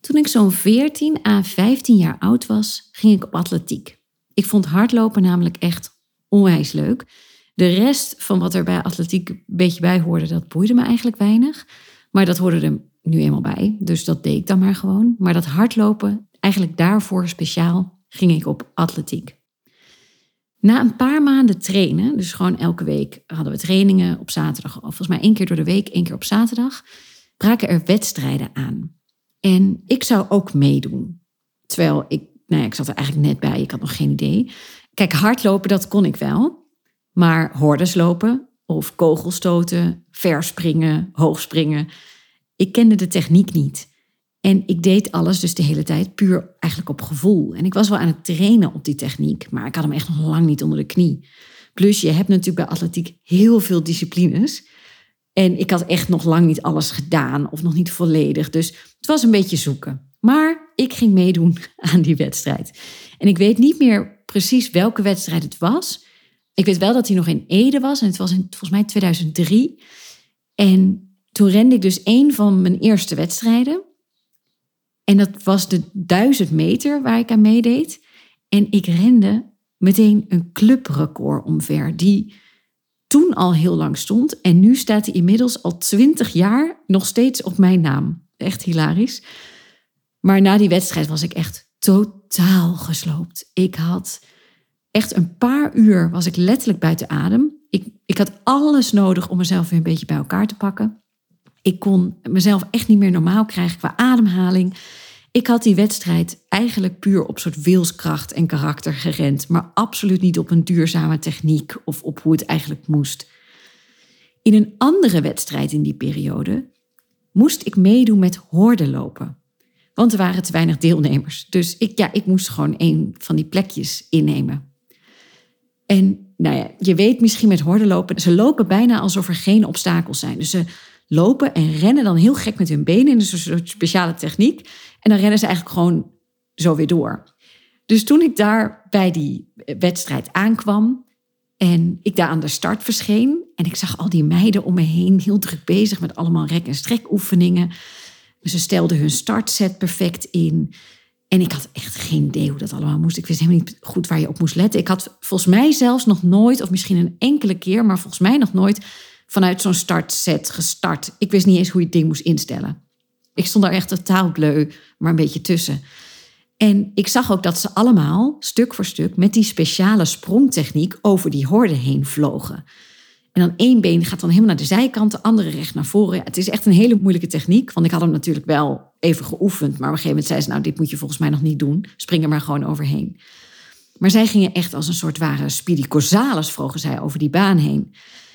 Toen ik zo'n 14 à 15 jaar oud was, ging ik op atletiek. Ik vond hardlopen namelijk echt onwijs leuk. De rest van wat er bij atletiek een beetje bij hoorde, dat boeide me eigenlijk weinig. Maar dat hoorde er nu eenmaal bij, dus dat deed ik dan maar gewoon. Maar dat hardlopen, eigenlijk daarvoor speciaal, ging ik op atletiek. Na een paar maanden trainen, dus gewoon elke week hadden we trainingen op zaterdag. Of volgens mij 1 keer door de week, 1 keer op zaterdag, braken er wedstrijden aan. En ik zou ook meedoen. Terwijl ik zat er eigenlijk net bij, ik had nog geen idee. Kijk, hardlopen, dat kon ik wel. Maar hordes lopen of kogelstoten, verspringen, hoogspringen. Ik kende de techniek niet. En ik deed alles dus de hele tijd puur eigenlijk op gevoel. En ik was wel aan het trainen op die techniek, maar ik had hem echt nog lang niet onder de knie. Plus je hebt natuurlijk bij atletiek heel veel disciplines. En ik had echt nog lang niet alles gedaan of nog niet volledig. Dus het was een beetje zoeken. Maar ik ging meedoen aan die wedstrijd. En ik weet niet meer precies welke wedstrijd het was. Ik weet wel dat hij nog in Ede was. En het was volgens mij 2003. En toen rende ik dus 1 van mijn eerste wedstrijden. En dat was de 1000 meter waar ik aan meedeed. En ik rende meteen een clubrecord omver. Die toen al heel lang stond. En nu staat hij inmiddels al 20 jaar nog steeds op mijn naam. Echt hilarisch. Maar na die wedstrijd was ik echt totaal gesloopt. Ik had echt een paar uur, was ik letterlijk buiten adem. Ik had alles nodig om mezelf weer een beetje bij elkaar te pakken. Ik kon mezelf echt niet meer normaal krijgen qua ademhaling. Ik had die wedstrijd eigenlijk puur op soort wilskracht en karakter gerend. Maar absoluut niet op een duurzame techniek of op hoe het eigenlijk moest. In een andere wedstrijd in die periode moest ik meedoen met hordenlopen. Want er waren te weinig deelnemers. Dus ik moest gewoon 1 van die plekjes innemen. En je weet misschien met hordenlopen, ze lopen bijna alsof er geen obstakels zijn. Dus ze lopen en rennen dan heel gek met hun benen in een soort speciale techniek. En dan rennen ze eigenlijk gewoon zo weer door. Dus toen ik daar bij die wedstrijd aankwam en ik daar aan de start verscheen en ik zag al die meiden om me heen heel druk bezig met allemaal rek- en strekoefeningen. Ze stelden hun startset perfect in. En ik had echt geen idee hoe dat allemaal moest. Ik wist helemaal niet goed waar je op moest letten. Ik had volgens mij zelfs nog nooit, of misschien een enkele keer, maar volgens mij nog nooit vanuit zo'n startset gestart. Ik wist niet eens hoe je het ding moest instellen. Ik stond daar echt totaal bleu, maar een beetje tussen. En ik zag ook dat ze allemaal, stuk voor stuk, met die speciale sprongtechniek over die horde heen vlogen. En dan 1 been gaat dan helemaal naar de zijkant, de andere recht naar voren. Ja, het is echt een hele moeilijke techniek, want ik had hem natuurlijk wel even geoefend. Maar op een gegeven moment zei ze, dit moet je volgens mij nog niet doen. Spring er maar gewoon overheen. Maar zij gingen echt als een soort ware Speedy Gonzales, vlogen zij over die baan heen.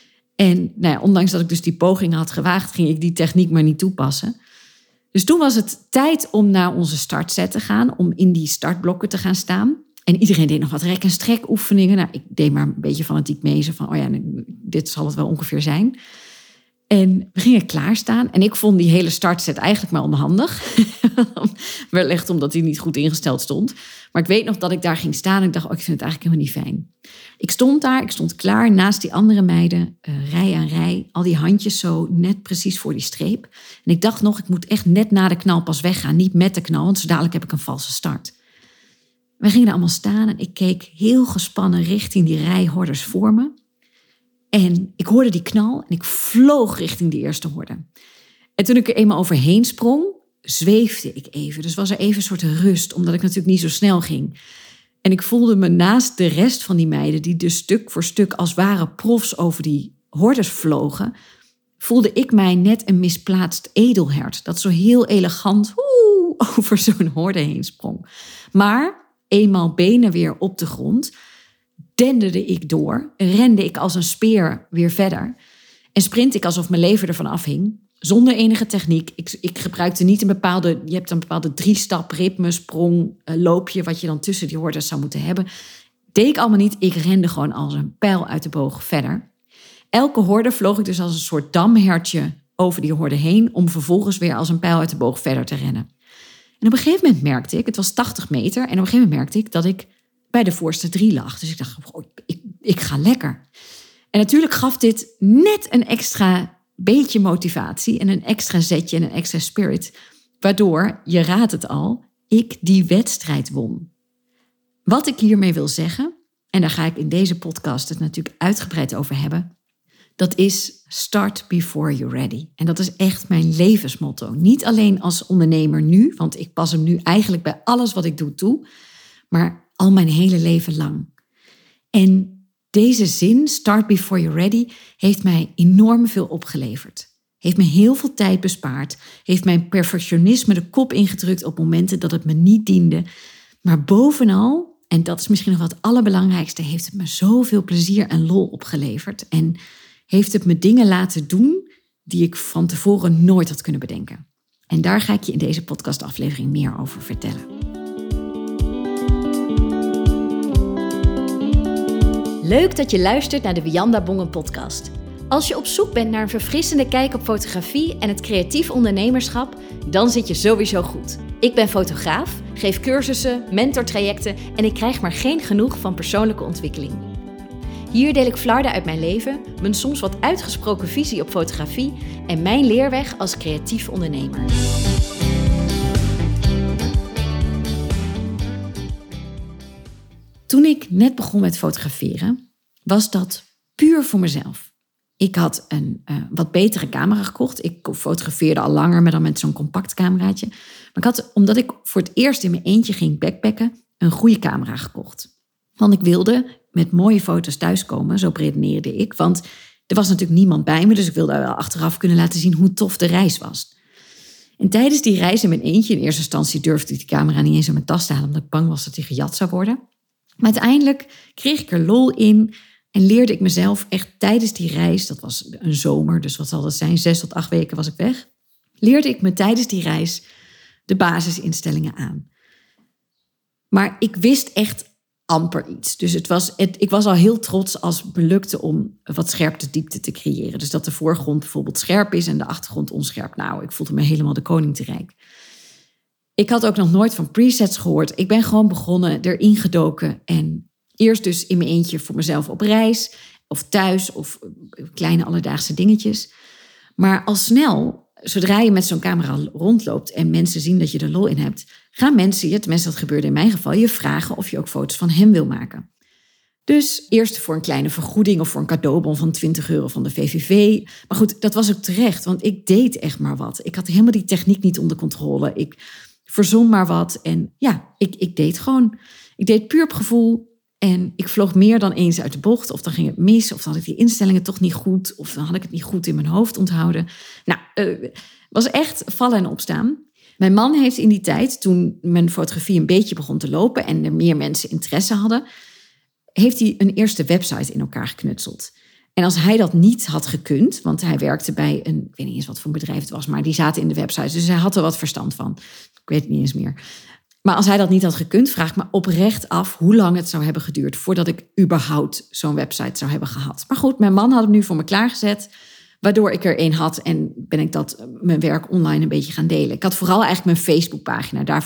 En ondanks dat ik dus die pogingen had gewaagd, ging ik die techniek maar niet toepassen. Dus toen was het tijd om naar onze startset te gaan, om in die startblokken te gaan staan. En iedereen deed nog wat rek- en strek oefeningen. Ik deed maar een beetje fanatiek mee. Zo van, dit zal het wel ongeveer zijn. En we gingen klaarstaan. En ik vond die hele startset eigenlijk maar onhandig. Wellicht omdat die niet goed ingesteld stond. Maar ik weet nog dat ik daar ging staan. En ik dacht, ik vind het eigenlijk helemaal niet fijn. Ik stond daar, ik stond klaar naast die andere meiden. Rij aan rij. Al die handjes zo net precies voor die streep. En ik dacht nog, ik moet echt net na de knal pas weggaan. Niet met de knal, want zo dadelijk heb ik een valse start. We gingen er allemaal staan en ik keek heel gespannen richting die rij horders voor me. En ik hoorde die knal en ik vloog richting die eerste horde. En toen ik er eenmaal overheen sprong, zweefde ik even. Dus was er even een soort rust, omdat ik natuurlijk niet zo snel ging. En ik voelde me naast de rest van die meiden, die dus stuk voor stuk als ware profs over die hordes vlogen, voelde ik mij net een misplaatst edelhert, dat zo heel elegant over zo'n horde heen sprong. Maar eenmaal benen weer op de grond, denderde ik door, rende ik als een speer weer verder en sprint ik alsof mijn leven ervan afhing, zonder enige techniek. Ik gebruikte niet je hebt een bepaalde 3-stap ritme, sprong, loopje, wat je dan tussen die hordes zou moeten hebben. Deed ik allemaal niet, ik rende gewoon als een pijl uit de boog verder. Elke horde vloog ik dus als een soort damhertje over die horde heen, om vervolgens weer als een pijl uit de boog verder te rennen. En op een gegeven moment merkte ik, het was 80 meter... en op een gegeven moment merkte ik dat ik bij de voorste 3 lag. Dus ik dacht, ik ga lekker. En natuurlijk gaf dit net een extra beetje motivatie en een extra zetje en een extra spirit. Waardoor, je raadt het al, ik die wedstrijd won. Wat ik hiermee wil zeggen, en daar ga ik in deze podcast het natuurlijk uitgebreid over hebben, dat is start before you're ready. En dat is echt mijn levensmotto. Niet alleen als ondernemer nu, want ik pas hem nu eigenlijk bij alles wat ik doe toe, maar al mijn hele leven lang. En deze zin, start before you're ready, heeft mij enorm veel opgeleverd. Heeft me heel veel tijd bespaard. Heeft mijn perfectionisme de kop ingedrukt op momenten dat het me niet diende. Maar bovenal, en dat is misschien nog wat het allerbelangrijkste, heeft het me zoveel plezier en lol opgeleverd. En heeft het me dingen laten doen die ik van tevoren nooit had kunnen bedenken. En daar ga ik je in deze podcastaflevering meer over vertellen. Leuk dat je luistert naar de Wianda Bongen podcast. Als je op zoek bent naar een verfrissende kijk op fotografie en het creatief ondernemerschap, dan zit je sowieso goed. Ik ben fotograaf, geef cursussen, mentortrajecten en ik krijg maar geen genoeg van persoonlijke ontwikkeling. Hier deel ik flarden uit mijn leven, mijn soms wat uitgesproken visie op fotografie en mijn leerweg als creatief ondernemer. Toen ik net begon met fotograferen, was dat puur voor mezelf. Ik had een wat betere camera gekocht. Ik fotografeerde al langer, maar dan met zo'n compact cameraatje. Maar ik had, omdat ik voor het eerst in mijn eentje ging backpacken, een goede camera gekocht. Want ik wilde met mooie foto's thuiskomen, zo redeneerde ik. Want er was natuurlijk niemand bij me, dus ik wilde wel achteraf kunnen laten zien hoe tof de reis was. En tijdens die reis in mijn eentje, in eerste instantie durfde ik die camera niet eens in mijn tas te halen, omdat ik bang was dat die gejat zou worden. Maar uiteindelijk kreeg ik er lol in en leerde ik mezelf echt tijdens die reis, dat was een zomer, dus wat zal dat zijn, 6 tot 8 weken was ik weg, leerde ik me tijdens die reis de basisinstellingen aan. Maar ik wist echt amper iets. Dus ik was al heel trots als het me lukte om wat scherpte-diepte te creëren. Dus dat de voorgrond bijvoorbeeld scherp is en de achtergrond onscherp. Nou, ik voelde me helemaal de koning te rijk. Ik had ook nog nooit van presets gehoord. Ik ben gewoon begonnen, erin gedoken. En eerst dus in mijn eentje voor mezelf op reis. Of thuis, of kleine alledaagse dingetjes. Maar al snel, zodra je met zo'n camera rondloopt en mensen zien dat je er lol in hebt, gaan mensen je, tenminste dat gebeurde in mijn geval, je vragen of je ook foto's van hem wil maken. Dus eerst voor een kleine vergoeding of voor een cadeaubon van €20 van de VVV. Maar goed, dat was ook terecht, want ik deed echt maar wat. Ik had helemaal die techniek niet onder controle. Ik verzon maar wat en ja, ik deed gewoon. Ik deed puur op gevoel en ik vloog meer dan eens uit de bocht. Of dan ging het mis, of dan had ik die instellingen toch niet goed, of dan had ik het niet goed in mijn hoofd onthouden. Nou, was echt vallen en opstaan. Mijn man heeft in die tijd, toen mijn fotografie een beetje begon te lopen en er meer mensen interesse hadden, heeft hij een eerste website in elkaar geknutseld. En als hij dat niet had gekund, want hij werkte bij een, ik weet niet eens wat voor een bedrijf het was, maar die zaten in de website, dus hij had er wat verstand van. Ik weet het niet eens meer. Maar als hij dat niet had gekund, vraag ik me oprecht af hoe lang het zou hebben geduurd voordat ik überhaupt zo'n website zou hebben gehad. Maar goed, mijn man had hem nu voor me klaargezet, waardoor ik er één had en ben ik mijn werk online een beetje gaan delen. Ik had vooral eigenlijk mijn Facebookpagina, daar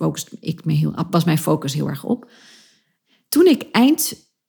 was mijn focus heel erg op. Toen ik eind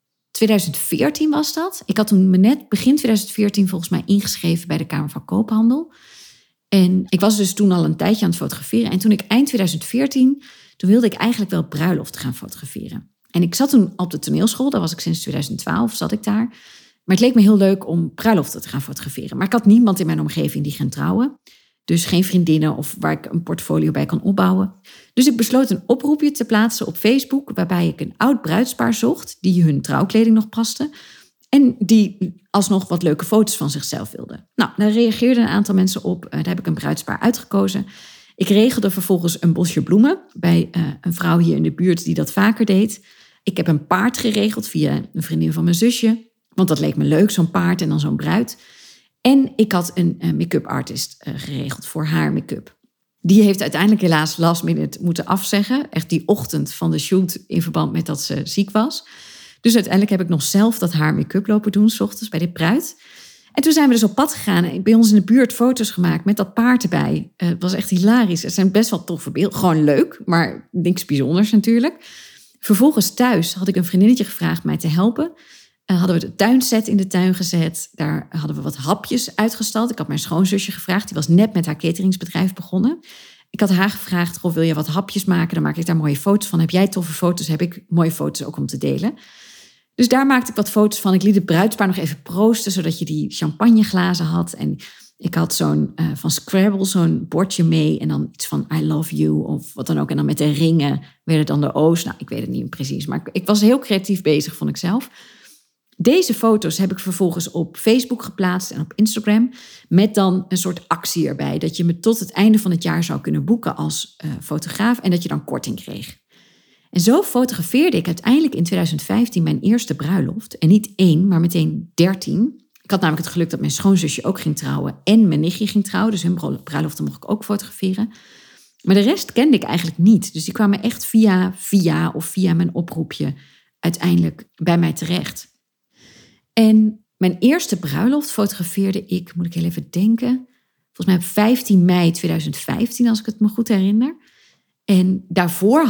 2014 was dat. Ik had toen net begin 2014 volgens mij ingeschreven bij de Kamer van Koophandel. En ik was dus toen al een tijdje aan het fotograferen. En toen ik eind 2014, toen wilde ik eigenlijk wel bruiloft gaan fotograferen. En ik zat toen op de toneelschool, daar was ik sinds 2012, zat ik daar. Maar het leek me heel leuk om bruiloften te gaan fotograferen. Maar ik had niemand in mijn omgeving die ging trouwen. Dus geen vriendinnen of waar ik een portfolio bij kan opbouwen. Dus ik besloot een oproepje te plaatsen op Facebook, waarbij ik een oud bruidspaar zocht die hun trouwkleding nog paste en die alsnog wat leuke foto's van zichzelf wilden. Nou, daar reageerden een aantal mensen op. Daar heb ik een bruidspaar uitgekozen. Ik regelde vervolgens een bosje bloemen bij een vrouw hier in de buurt die dat vaker deed. Ik heb een paard geregeld via een vriendin van mijn zusje, want dat leek me leuk, zo'n paard en dan zo'n bruid. En ik had een make-up artist geregeld voor haar make-up. Die heeft uiteindelijk helaas last minute moeten afzeggen. Echt die ochtend van de shoot in verband met dat ze ziek was. Dus uiteindelijk heb ik nog zelf dat haar make-up lopen doen, 's ochtends bij dit bruid. En toen zijn we dus op pad gegaan en bij ons in de buurt foto's gemaakt met dat paard erbij. Het was echt hilarisch. Het zijn best wel toffe beelden. Gewoon leuk, maar niks bijzonders natuurlijk. Vervolgens thuis had ik een vriendinnetje gevraagd mij te helpen. Hadden we de tuinset in de tuin gezet. Daar hadden we wat hapjes uitgestald. Ik had mijn schoonzusje gevraagd. Die was net met haar cateringsbedrijf begonnen. Ik had haar gevraagd, wil je wat hapjes maken? Dan maak ik daar mooie foto's van. Heb jij toffe foto's? Heb ik mooie foto's ook om te delen. Dus daar maakte ik wat foto's van. Ik liet het bruidspaar nog even proosten, zodat je die champagneglazen had. En ik had zo'n van Scrabble, zo'n bordje mee. En dan iets van I love you of wat dan ook. En dan met de ringen werden dan de O's. Nou, ik weet het niet precies. Maar ik was heel creatief bezig, vond ik zelf. Deze foto's heb ik vervolgens op Facebook geplaatst en op Instagram. Met dan een soort actie erbij. Dat je me tot het einde van het jaar zou kunnen boeken als fotograaf. En dat je dan korting kreeg. En zo fotografeerde ik uiteindelijk in 2015 mijn eerste bruiloft. En niet 1, maar meteen 13. Ik had namelijk het geluk dat mijn schoonzusje ook ging trouwen. En mijn nichtje ging trouwen. Dus hun bruiloften mocht ik ook fotograferen. Maar de rest kende ik eigenlijk niet. Dus die kwamen echt via mijn oproepje uiteindelijk bij mij terecht. En mijn eerste bruiloft fotografeerde ik, moet ik heel even denken, volgens mij op 15 mei 2015, als ik het me goed herinner. En daarvoor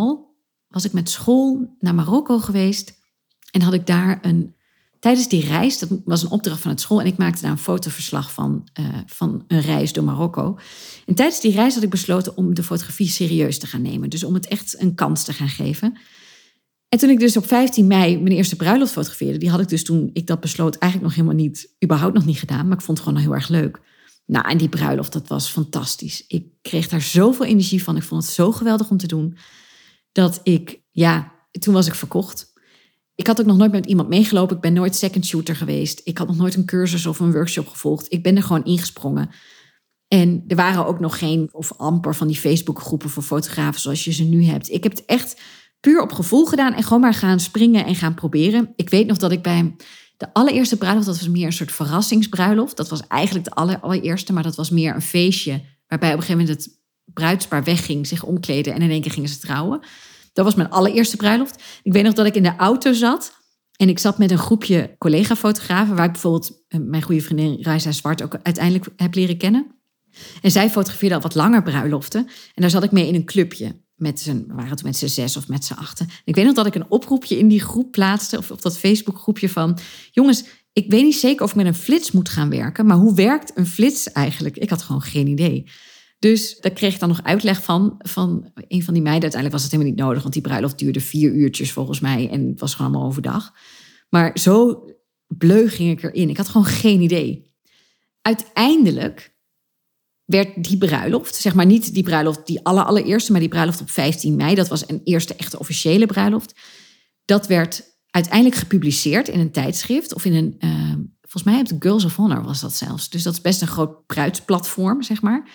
was ik met school naar Marokko geweest en had ik daar tijdens die reis, dat was een opdracht van het school en ik maakte daar een fotoverslag van een reis door Marokko. En tijdens die reis had ik besloten om de fotografie serieus te gaan nemen. Dus om het echt een kans te gaan geven. En toen ik dus op 15 mei mijn eerste bruiloft fotografeerde, die had ik dus toen ik dat besloot eigenlijk nog helemaal niet, überhaupt nog niet gedaan. Maar ik vond het gewoon heel erg leuk. Nou, en die bruiloft, dat was fantastisch. Ik kreeg daar zoveel energie van. Ik vond het zo geweldig om te doen. Dat toen was ik verkocht. Ik had ook nog nooit met iemand meegelopen. Ik ben nooit second shooter geweest. Ik had nog nooit een cursus of een workshop gevolgd. Ik ben er gewoon ingesprongen. En er waren ook nog geen of amper van die Facebookgroepen voor fotografen zoals je ze nu hebt. Ik heb het echt puur op gevoel gedaan en gewoon maar gaan springen en gaan proberen. Ik weet nog dat ik bij de allereerste bruiloft, dat was meer een soort verrassingsbruiloft. Dat was eigenlijk de allereerste, maar dat was meer een feestje waarbij op een gegeven moment het bruidspaar wegging, zich omkleden en in één keer gingen ze trouwen. Dat was mijn allereerste bruiloft. Ik weet nog dat ik in de auto zat en ik zat met een groepje collega-fotografen, waar ik bijvoorbeeld mijn goede vriendin Raisa Zwart ook uiteindelijk heb leren kennen. En zij fotografeerde al wat langer bruiloften. En daar zat ik mee in een clubje. We waren toen met z'n 6 of met z'n 8. Ik weet nog dat ik een oproepje in die groep plaatste, of op dat Facebookgroepje van, jongens, ik weet niet zeker of ik met een flits moet gaan werken, maar hoe werkt een flits eigenlijk? Ik had gewoon geen idee. Dus daar kreeg ik dan nog uitleg van een van die meiden. Uiteindelijk was het helemaal niet nodig, want die bruiloft duurde 4 uurtjes volgens mij en het was gewoon allemaal overdag. Maar zo bleu ging ik erin. Ik had gewoon geen idee. Uiteindelijk werd die bruiloft, zeg maar niet die bruiloft, die allereerste, maar die bruiloft op 15 mei, dat was een eerste echte officiële bruiloft. Dat werd uiteindelijk gepubliceerd in een tijdschrift of in een, volgens mij op de Girls of Honor was dat zelfs. Dus dat is best een groot bruidsplatform, zeg maar.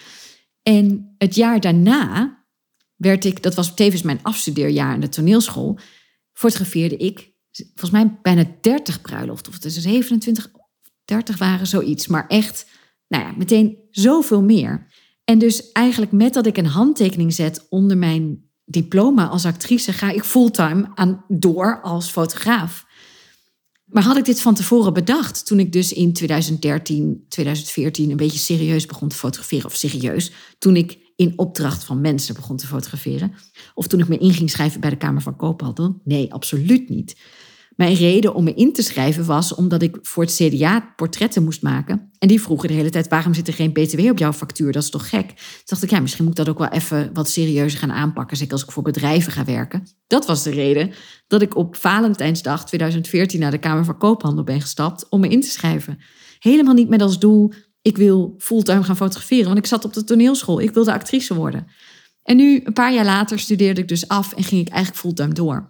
En het jaar daarna dat was tevens mijn afstudeerjaar aan de toneelschool, fotografeerde ik volgens mij bijna 30 bruiloften, of het is 27, 30 waren, zoiets, maar echt, meteen zoveel meer. En dus eigenlijk met dat ik een handtekening zet onder mijn diploma als actrice, ga ik fulltime door als fotograaf. Maar had ik dit van tevoren bedacht, toen ik dus in 2013, 2014 een beetje serieus begon te fotograferen, of serieus, toen ik in opdracht van mensen begon te fotograferen, of toen ik me in ging schrijven bij de Kamer van Koophandel? Nee, absoluut niet. Mijn reden om me in te schrijven was omdat ik voor het CDA portretten moest maken. En die vroegen de hele tijd, waarom zit er geen BTW op jouw factuur? Dat is toch gek? Toen dacht ik, misschien moet ik dat ook wel even wat serieuzer gaan aanpakken. Zeker als ik voor bedrijven ga werken. Dat was de reden dat ik op Valentijnsdag 2014 naar de Kamer van Koophandel ben gestapt om me in te schrijven. Helemaal niet met als doel, ik wil fulltime gaan fotograferen. Want ik zat op de toneelschool, ik wilde actrice worden. En nu, een paar jaar later, studeerde ik dus af en ging ik eigenlijk fulltime door.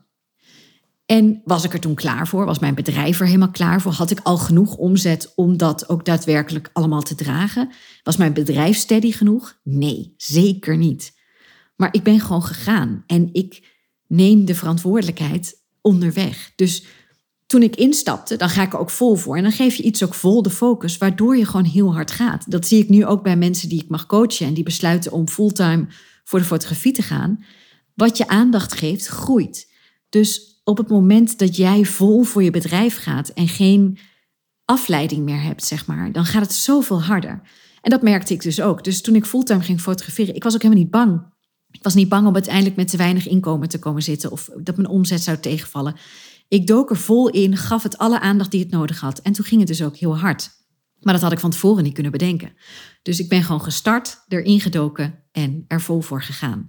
En was ik er toen klaar voor? Was mijn bedrijf er helemaal klaar voor? Had ik al genoeg omzet om dat ook daadwerkelijk allemaal te dragen? Was mijn bedrijf steady genoeg? Nee, zeker niet. Maar ik ben gewoon gegaan en ik neem de verantwoordelijkheid onderweg. Dus toen ik instapte, dan ga ik er ook vol voor. En dan geef je iets ook vol de focus, waardoor je gewoon heel hard gaat. Dat zie ik nu ook bij mensen die ik mag coachen en die besluiten om fulltime voor de fotografie te gaan. Wat je aandacht geeft, groeit. Dus op het moment dat jij vol voor je bedrijf gaat en geen afleiding meer hebt, zeg maar, dan gaat het zoveel harder. En dat merkte ik dus ook. Dus toen ik fulltime ging fotograferen, ik was ook helemaal niet bang. Ik was niet bang om uiteindelijk met te weinig inkomen te komen zitten of dat mijn omzet zou tegenvallen. Ik dook er vol in, gaf het alle aandacht die het nodig had. En toen ging het dus ook heel hard. Maar dat had ik van tevoren niet kunnen bedenken. Dus ik ben gewoon gestart, erin gedoken en er vol voor gegaan.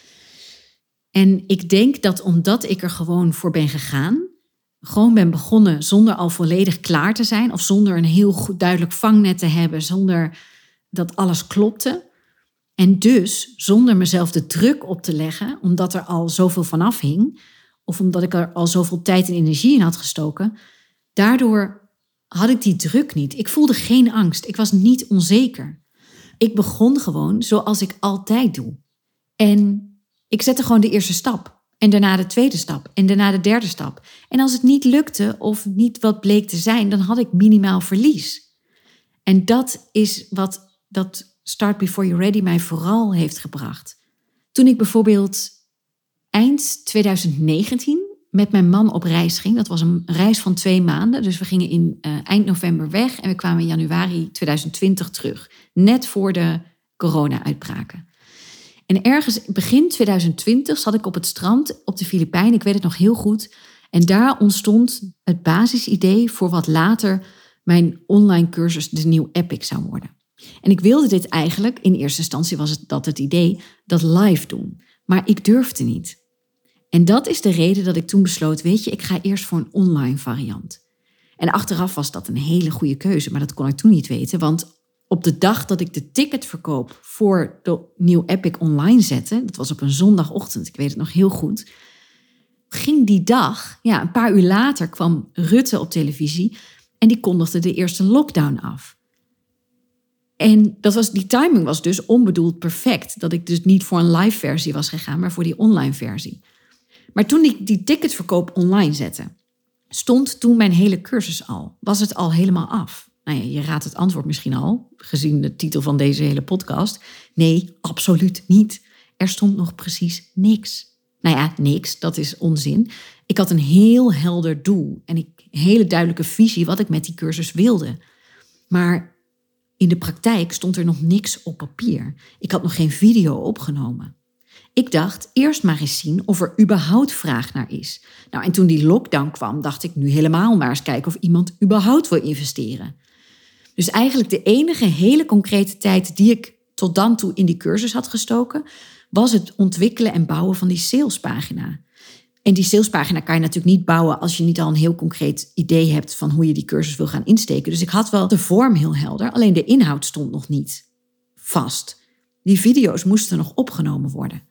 En ik denk dat omdat ik er gewoon voor ben gegaan, gewoon ben begonnen zonder al volledig klaar te zijn of zonder een heel goed duidelijk vangnet te hebben, zonder dat alles klopte. En dus zonder mezelf de druk op te leggen, omdat er al zoveel van afhing, of omdat ik er al zoveel tijd en energie in had gestoken, daardoor had ik die druk niet. Ik voelde geen angst. Ik was niet onzeker. Ik begon gewoon zoals ik altijd doe. En ik zette gewoon de eerste stap. En daarna de tweede stap. En daarna de derde stap. En als het niet lukte of niet wat bleek te zijn, dan had ik minimaal verlies. En dat is wat dat Start Before You're Ready mij vooral heeft gebracht. Toen ik bijvoorbeeld eind 2019 met mijn man op reis ging. Dat was een reis van 2 maanden. Dus we gingen in eind november weg en we kwamen in januari 2020 terug. Net voor de corona-uitbraken. En ergens begin 2020 zat ik op het strand op de Filipijnen. Ik weet het nog heel goed. En daar ontstond het basisidee voor wat later mijn online cursus de Nieuw Epic zou worden. En ik wilde dit eigenlijk, in eerste instantie was het idee, dat live doen. Maar ik durfde niet. En dat is de reden dat ik toen besloot, weet je, ik ga eerst voor een online variant. En achteraf was dat een hele goede keuze, maar dat kon ik toen niet weten. Want op de dag dat ik de ticketverkoop voor de Nieuw Epic online zette, dat was op een zondagochtend, ik weet het nog heel goed, ging die dag, een paar uur later kwam Rutte op televisie en die kondigde de eerste lockdown af. En die timing was dus onbedoeld perfect, dat ik dus niet voor een live versie was gegaan, maar voor die online versie. Maar toen ik die ticketverkoop online zette, stond toen mijn hele cursus al. Was het al helemaal af? Nou ja, je raadt het antwoord misschien al, gezien de titel van deze hele podcast. Nee, absoluut niet. Er stond nog precies niks. Nou ja, niks, dat is onzin. Ik had een heel helder doel en een hele duidelijke visie wat ik met die cursus wilde. Maar in de praktijk stond er nog niks op papier. Ik had nog geen video opgenomen. Ik dacht eerst maar eens zien of er überhaupt vraag naar is. Nou, en toen die lockdown kwam, dacht ik nu helemaal maar eens kijken of iemand überhaupt wil investeren. Dus eigenlijk de enige hele concrete tijd die ik tot dan toe in die cursus had gestoken, was het ontwikkelen en bouwen van die salespagina. En die salespagina kan je natuurlijk niet bouwen als je niet al een heel concreet idee hebt van hoe je die cursus wil gaan insteken. Dus ik had wel de vorm heel helder, alleen de inhoud stond nog niet vast. Die video's moesten nog opgenomen worden.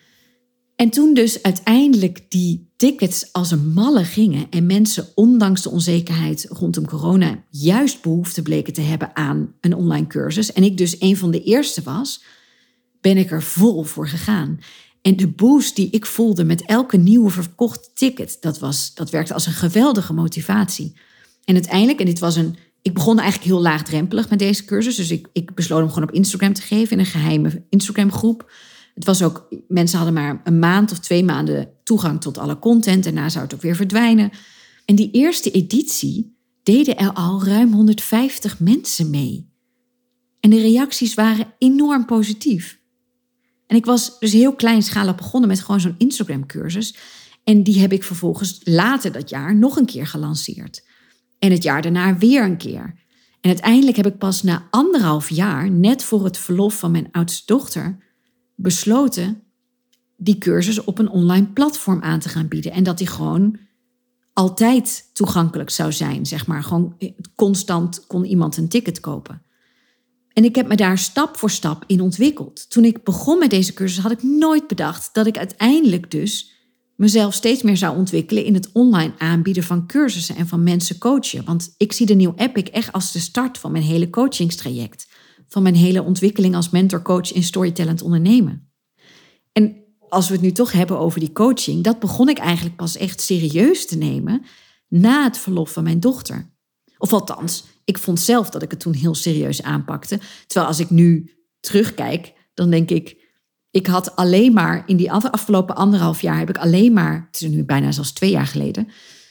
En toen dus uiteindelijk die tickets als een malle gingen en mensen ondanks de onzekerheid rondom corona juist behoefte bleken te hebben aan een online cursus en ik dus een van de eerste was, ben ik er vol voor gegaan. En de boost die ik voelde met elke nieuwe verkochte ticket, dat werkte als een geweldige motivatie. En uiteindelijk, ik begon eigenlijk heel laagdrempelig met deze cursus, dus ik besloot hem gewoon op Instagram te geven in een geheime Instagram groep. Het was ook, mensen hadden maar een maand of 2 maanden toegang tot alle content. Daarna zou het ook weer verdwijnen. En die eerste editie deden er al ruim 150 mensen mee. En de reacties waren enorm positief. En ik was dus heel kleinschalig begonnen met gewoon zo'n Instagram-cursus. En die heb ik vervolgens later dat jaar nog een keer gelanceerd. En het jaar daarna weer een keer. En uiteindelijk heb ik pas na 1,5 jaar, net voor het verlof van mijn oudste dochter, besloten die cursus op een online platform aan te gaan bieden. En dat die gewoon altijd toegankelijk zou zijn. Zeg maar, gewoon constant kon iemand een ticket kopen. En ik heb me daar stap voor stap in ontwikkeld. Toen ik begon met deze cursus had ik nooit bedacht dat ik uiteindelijk dus mezelf steeds meer zou ontwikkelen in het online aanbieden van cursussen en van mensen coachen. Want ik zie de Nieuw Epic echt als de start van mijn hele coachingstraject. Van mijn hele ontwikkeling als mentor-coach in storytellend ondernemen. En als we het nu toch hebben over die coaching, dat begon ik eigenlijk pas echt serieus te nemen na het verlof van mijn dochter. Of althans, ik vond zelf dat ik het toen heel serieus aanpakte. Terwijl als ik nu terugkijk, dan denk ik had alleen maar in die afgelopen 1,5 jaar heb ik alleen maar, het is nu bijna zelfs 2 jaar geleden,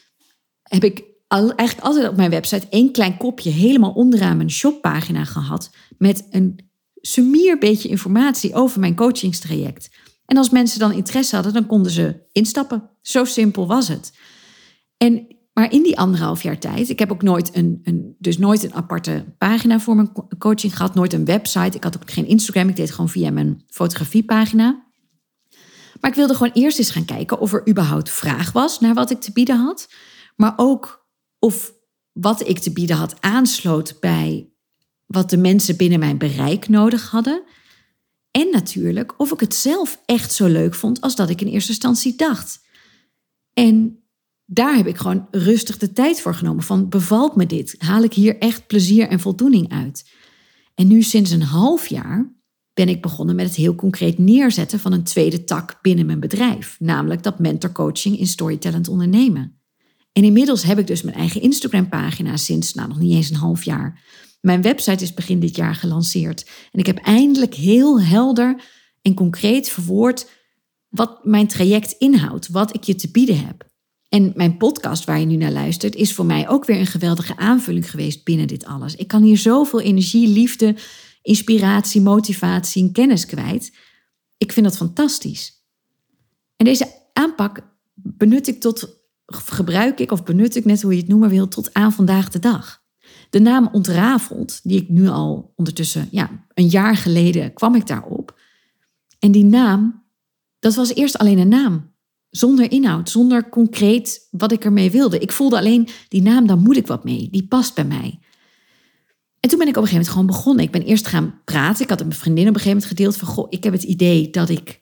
heb ik eigenlijk altijd op mijn website 1 klein kopje helemaal onderaan mijn shoppagina gehad met een sumier beetje informatie over mijn coachingstraject. En als mensen dan interesse hadden, dan konden ze instappen. Zo simpel was het. En Maar in die 1,5 jaar tijd, ik heb ook nooit nooit een aparte pagina voor mijn coaching gehad, nooit een website. Ik had ook geen Instagram, ik deed het gewoon via mijn fotografiepagina. Maar ik wilde gewoon eerst eens gaan kijken of er überhaupt vraag was naar wat ik te bieden had. Maar ook of wat ik te bieden had aansloot bij wat de mensen binnen mijn bereik nodig hadden. En natuurlijk of ik het zelf echt zo leuk vond als dat ik in eerste instantie dacht. En daar heb ik gewoon rustig de tijd voor genomen. Van, bevalt me dit? Haal ik hier echt plezier en voldoening uit? En nu sinds een 1,5 jaar ben ik begonnen met het heel concreet neerzetten van een tweede tak binnen mijn bedrijf. Namelijk dat mentorcoaching in storytellend ondernemen. En inmiddels heb ik dus mijn eigen Instagram-pagina sinds nog niet eens een 1,5 jaar. Mijn website is begin dit jaar gelanceerd. En ik heb eindelijk heel helder en concreet verwoord wat mijn traject inhoudt. Wat ik je te bieden heb. En mijn podcast waar je nu naar luistert is voor mij ook weer een geweldige aanvulling geweest binnen dit alles. Ik kan hier zoveel energie, liefde, inspiratie, motivatie en kennis kwijt. Ik vind dat fantastisch. En deze aanpak benut ik net hoe je het noemen wil, tot aan vandaag de dag. De naam Ontrafeld, die ik nu al ondertussen, een jaar geleden kwam ik daarop. En die naam, dat was eerst alleen een naam. Zonder inhoud, zonder concreet wat ik ermee wilde. Ik voelde alleen, die naam, daar moet ik wat mee. Die past bij mij. En toen ben ik op een gegeven moment gewoon begonnen. Ik ben eerst gaan praten. Ik had met mijn vriendin op een gegeven moment gedeeld van, ik heb het idee dat ik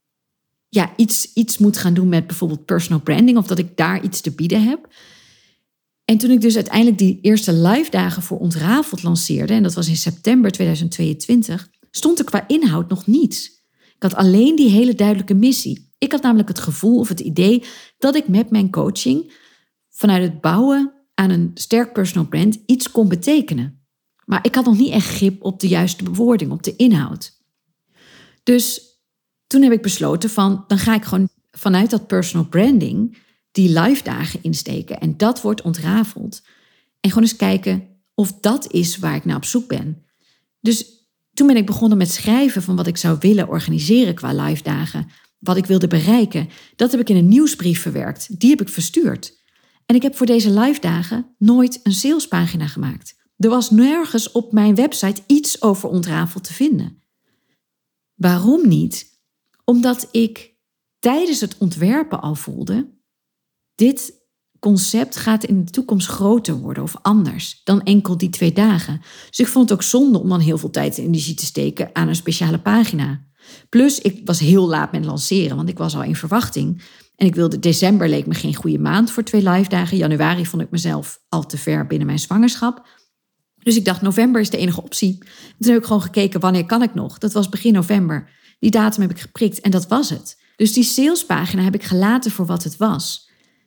iets moet gaan doen met bijvoorbeeld personal branding. Of dat ik daar iets te bieden heb. En toen ik dus uiteindelijk die eerste live dagen voor Ontrafeld lanceerde, en dat was in september 2022, stond er qua inhoud nog niets. Ik had alleen die hele duidelijke missie. Ik had namelijk het gevoel of het idee dat ik met mijn coaching vanuit het bouwen aan een sterk personal brand iets kon betekenen. Maar ik had nog niet echt grip op de juiste bewoording, op de inhoud. Dus toen heb ik besloten van, dan ga ik gewoon vanuit dat personal branding die live dagen insteken. En dat wordt Ontrafeld. En gewoon eens kijken of dat is waar ik naar op zoek ben. Dus toen ben ik begonnen met schrijven van wat ik zou willen organiseren qua live dagen. Wat ik wilde bereiken. Dat heb ik in een nieuwsbrief verwerkt. Die heb ik verstuurd. En ik heb voor deze live dagen nooit een salespagina gemaakt. Er was nergens op mijn website iets over Ontrafeld te vinden. Waarom niet? Omdat ik tijdens het ontwerpen al voelde, dit concept gaat in de toekomst groter worden of anders dan enkel die 2 dagen. Dus ik vond het ook zonde om dan heel veel tijd en energie te steken aan een speciale pagina. Plus, ik was heel laat met lanceren, want ik was al in verwachting. En ik wilde, december leek me geen goede maand voor 2 live dagen. Januari vond ik mezelf al te ver binnen mijn zwangerschap. Dus ik dacht, november is de enige optie. Toen heb ik gewoon gekeken, wanneer kan ik nog? Dat was begin november. Die datum heb ik geprikt en dat was het. Dus die salespagina heb ik gelaten voor wat het was.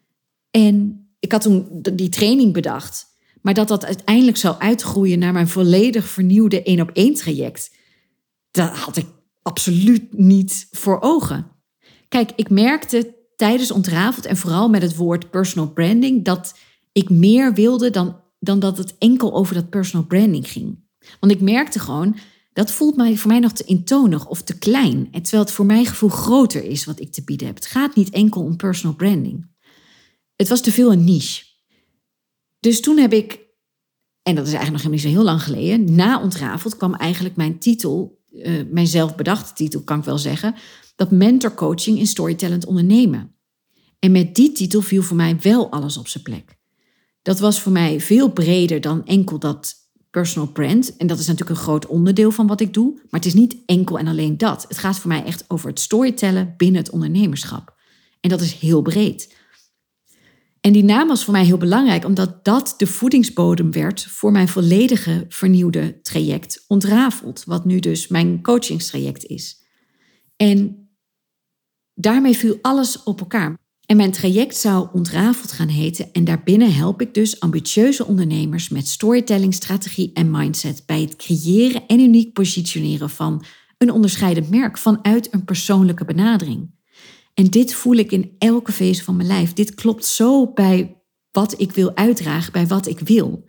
En ik had toen die training bedacht. Maar dat uiteindelijk zou uitgroeien naar mijn volledig vernieuwde 1-op-1 traject. Dat had ik absoluut niet voor ogen. Kijk, ik merkte tijdens Ontrafeld en vooral met het woord personal branding dat ik meer wilde dan dat het enkel over dat personal branding ging. Want ik merkte gewoon, dat voelt voor mij nog te eentonig of te klein. Terwijl het voor mijn gevoel groter is wat ik te bieden heb. Het gaat niet enkel om personal branding. Het was te veel een niche. Dus toen heb ik, en dat is eigenlijk nog helemaal niet zo heel lang geleden, na Ontrafeld kwam eigenlijk mijn titel, mijn zelfbedachte titel kan ik wel zeggen, dat mentorcoaching in storytellend ondernemen. En met die titel viel voor mij wel alles op zijn plek. Dat was voor mij veel breder dan enkel dat personal brand. En dat is natuurlijk een groot onderdeel van wat ik doe. Maar het is niet enkel en alleen dat. Het gaat voor mij echt over het storytellen binnen het ondernemerschap. En dat is heel breed. En die naam was voor mij heel belangrijk, omdat dat de voedingsbodem werd voor mijn volledige vernieuwde traject Ontrafeld. Wat nu dus mijn coachingstraject is. En daarmee viel alles op elkaar. En mijn traject zou Ontrafeld gaan heten en daarbinnen help ik dus ambitieuze ondernemers met storytelling, strategie en mindset bij het creëren en uniek positioneren van een onderscheidend merk vanuit een persoonlijke benadering. En dit voel ik in elke vezel van mijn lijf. Dit klopt zo bij wat ik wil uitdragen, bij wat ik wil.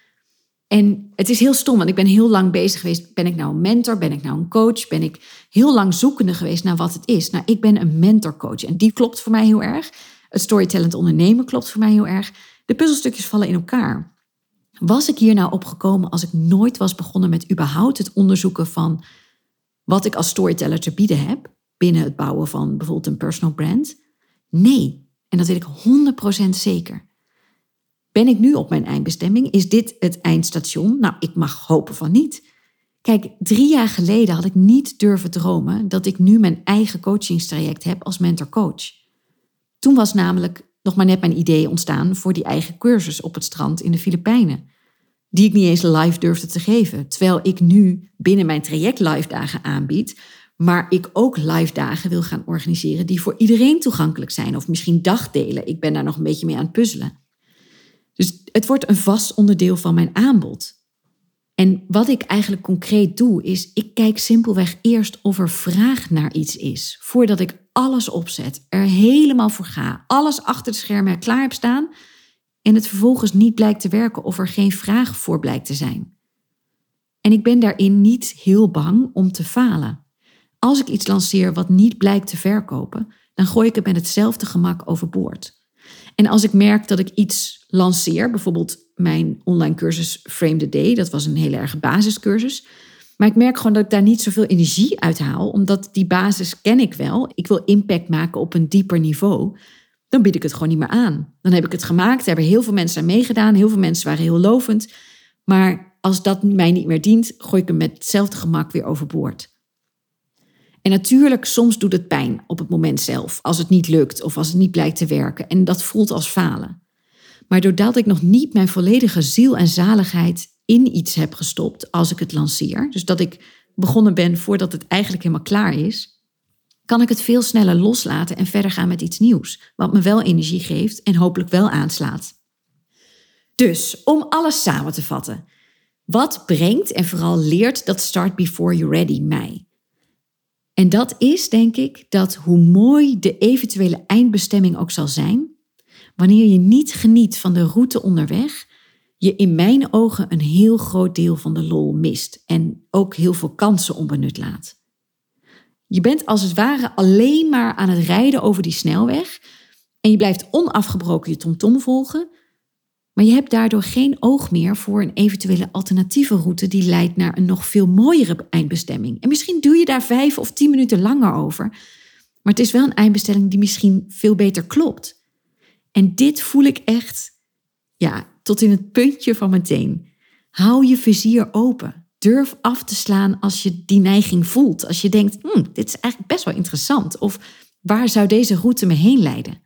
En het is heel stom, want ik ben heel lang bezig geweest. Ben ik nou een mentor? Ben ik nou een coach? Ben ik heel lang zoekende geweest naar wat het is? Nou, ik ben een mentorcoach en die klopt voor mij heel erg. Het storytellend ondernemen klopt voor mij heel erg. De puzzelstukjes vallen in elkaar. Was ik hier nou opgekomen als ik nooit was begonnen met überhaupt het onderzoeken van wat ik als storyteller te bieden heb binnen het bouwen van bijvoorbeeld een personal brand? Nee, en dat weet ik 100% zeker. Ben ik nu op mijn eindbestemming? Is dit het eindstation? Nou, ik mag hopen van niet. Kijk, 3 jaar geleden had ik niet durven dromen dat ik nu mijn eigen coachingstraject heb als mentor-coach. Toen was namelijk nog maar net mijn idee ontstaan voor die eigen cursus op het strand in de Filipijnen. Die ik niet eens live durfde te geven. Terwijl ik nu binnen mijn traject live dagen aanbied. Maar ik ook live dagen wil gaan organiseren die voor iedereen toegankelijk zijn. Of misschien dagdelen. Ik ben daar nog een beetje mee aan het puzzelen. Dus het wordt een vast onderdeel van mijn aanbod. En wat ik eigenlijk concreet doe is, ik kijk simpelweg eerst of er vraag naar iets is. Voordat ik alles opzet, er helemaal voor ga, alles achter de schermen klaar heb staan en het vervolgens niet blijkt te werken of er geen vraag voor blijkt te zijn. En ik ben daarin niet heel bang om te falen. Als ik iets lanceer wat niet blijkt te verkopen, dan gooi ik het met hetzelfde gemak overboord. En als ik merk dat ik iets lanceer, bijvoorbeeld mijn online cursus Frame the Day, dat was een hele erg basiscursus, maar ik merk gewoon dat ik daar niet zoveel energie uit haal, omdat die basis ken ik wel. Ik wil impact maken op een dieper niveau. Dan bied ik het gewoon niet meer aan. Dan heb ik het gemaakt, er hebben heel veel mensen aan meegedaan, heel veel mensen waren heel lovend. Maar als dat mij niet meer dient, gooi ik hem met hetzelfde gemak weer overboord. En natuurlijk, soms doet het pijn op het moment zelf, als het niet lukt of als het niet blijkt te werken. En dat voelt als falen. Maar doordat ik nog niet mijn volledige ziel en zaligheid in iets heb gestopt als ik het lanceer, dus dat ik begonnen ben voordat het eigenlijk helemaal klaar is, kan ik het veel sneller loslaten en verder gaan met iets nieuws, wat me wel energie geeft en hopelijk wel aanslaat. Dus, om alles samen te vatten. Wat brengt en vooral leert dat Start Before You're Ready mij? En dat is, denk ik, dat hoe mooi de eventuele eindbestemming ook zal zijn, wanneer je niet geniet van de route onderweg, je in mijn ogen een heel groot deel van de lol mist en ook heel veel kansen onbenut laat. Je bent als het ware alleen maar aan het rijden over die snelweg en je blijft onafgebroken je tomtom volgen, maar je hebt daardoor geen oog meer voor een eventuele alternatieve route die leidt naar een nog veel mooiere eindbestemming. En misschien doe je daar 5 of 10 minuten langer over, maar het is wel een eindbestemming die misschien veel beter klopt. En dit voel ik echt, tot in het puntje van mijn teen. Hou je vizier open. Durf af te slaan als je die neiging voelt. Als je denkt, dit is eigenlijk best wel interessant. Of waar zou deze route me heen leiden?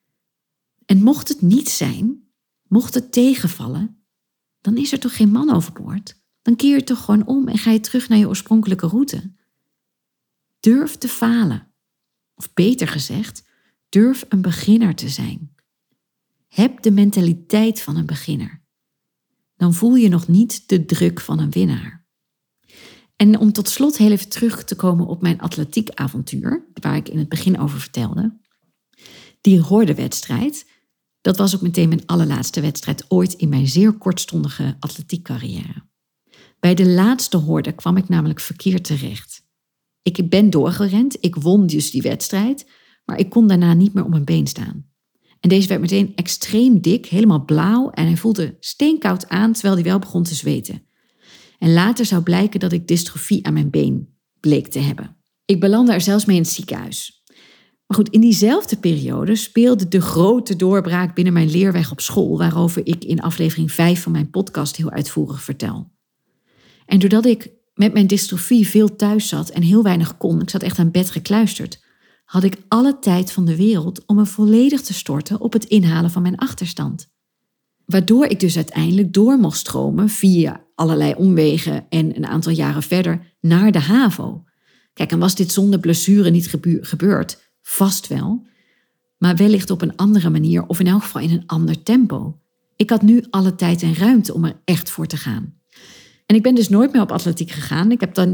En mocht het niet zijn, mocht het tegenvallen, dan is er toch geen man overboord? Dan keer je toch gewoon om en ga je terug naar je oorspronkelijke route. Durf te falen. Of beter gezegd, durf een beginner te zijn. Heb de mentaliteit van een beginner. Dan voel je nog niet de druk van een winnaar. En om tot slot heel even terug te komen op mijn atletiekavontuur, waar ik in het begin over vertelde. Die hordewedstrijd, dat was ook meteen mijn allerlaatste wedstrijd ooit in mijn zeer kortstondige atletiekcarrière. Bij de laatste horde kwam ik namelijk verkeerd terecht. Ik ben doorgerend, ik won dus die wedstrijd, maar ik kon daarna niet meer op mijn been staan. En deze werd meteen extreem dik, helemaal blauw en hij voelde steenkoud aan terwijl hij wel begon te zweten. En later zou blijken dat ik dystrofie aan mijn been bleek te hebben. Ik belandde er zelfs mee in het ziekenhuis. Maar goed, in diezelfde periode speelde de grote doorbraak binnen mijn leerweg op school, waarover ik in aflevering 5 van mijn podcast heel uitvoerig vertel. En doordat ik met mijn dystrofie veel thuis zat en heel weinig kon, ik zat echt aan bed gekluisterd, had ik alle tijd van de wereld om me volledig te storten op het inhalen van mijn achterstand. Waardoor ik dus uiteindelijk door mocht stromen via allerlei omwegen en een aantal jaren verder naar de HAVO. Kijk, en was dit zonder blessure niet gebeurd? Vast wel. Maar wellicht op een andere manier of in elk geval in een ander tempo. Ik had nu alle tijd en ruimte om er echt voor te gaan. En ik ben dus nooit meer op atletiek gegaan.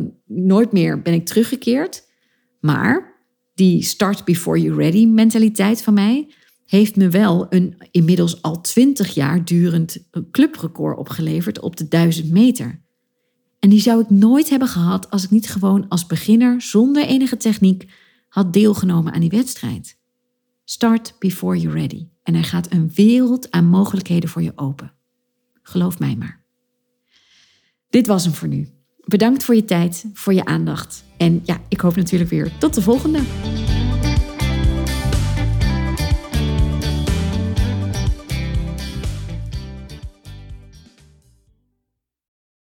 Ben ik teruggekeerd. Maar die start before you're ready mentaliteit van mij heeft me wel een inmiddels al 20 jaar durend clubrecord opgeleverd op de 1000 meter. En die zou ik nooit hebben gehad als ik niet gewoon als beginner zonder enige techniek had deelgenomen aan die wedstrijd. Start before you're ready. En hij gaat een wereld aan mogelijkheden voor je open. Geloof mij maar. Dit was hem voor nu. Bedankt voor je tijd, voor je aandacht. En ja, ik hoop natuurlijk weer tot de volgende.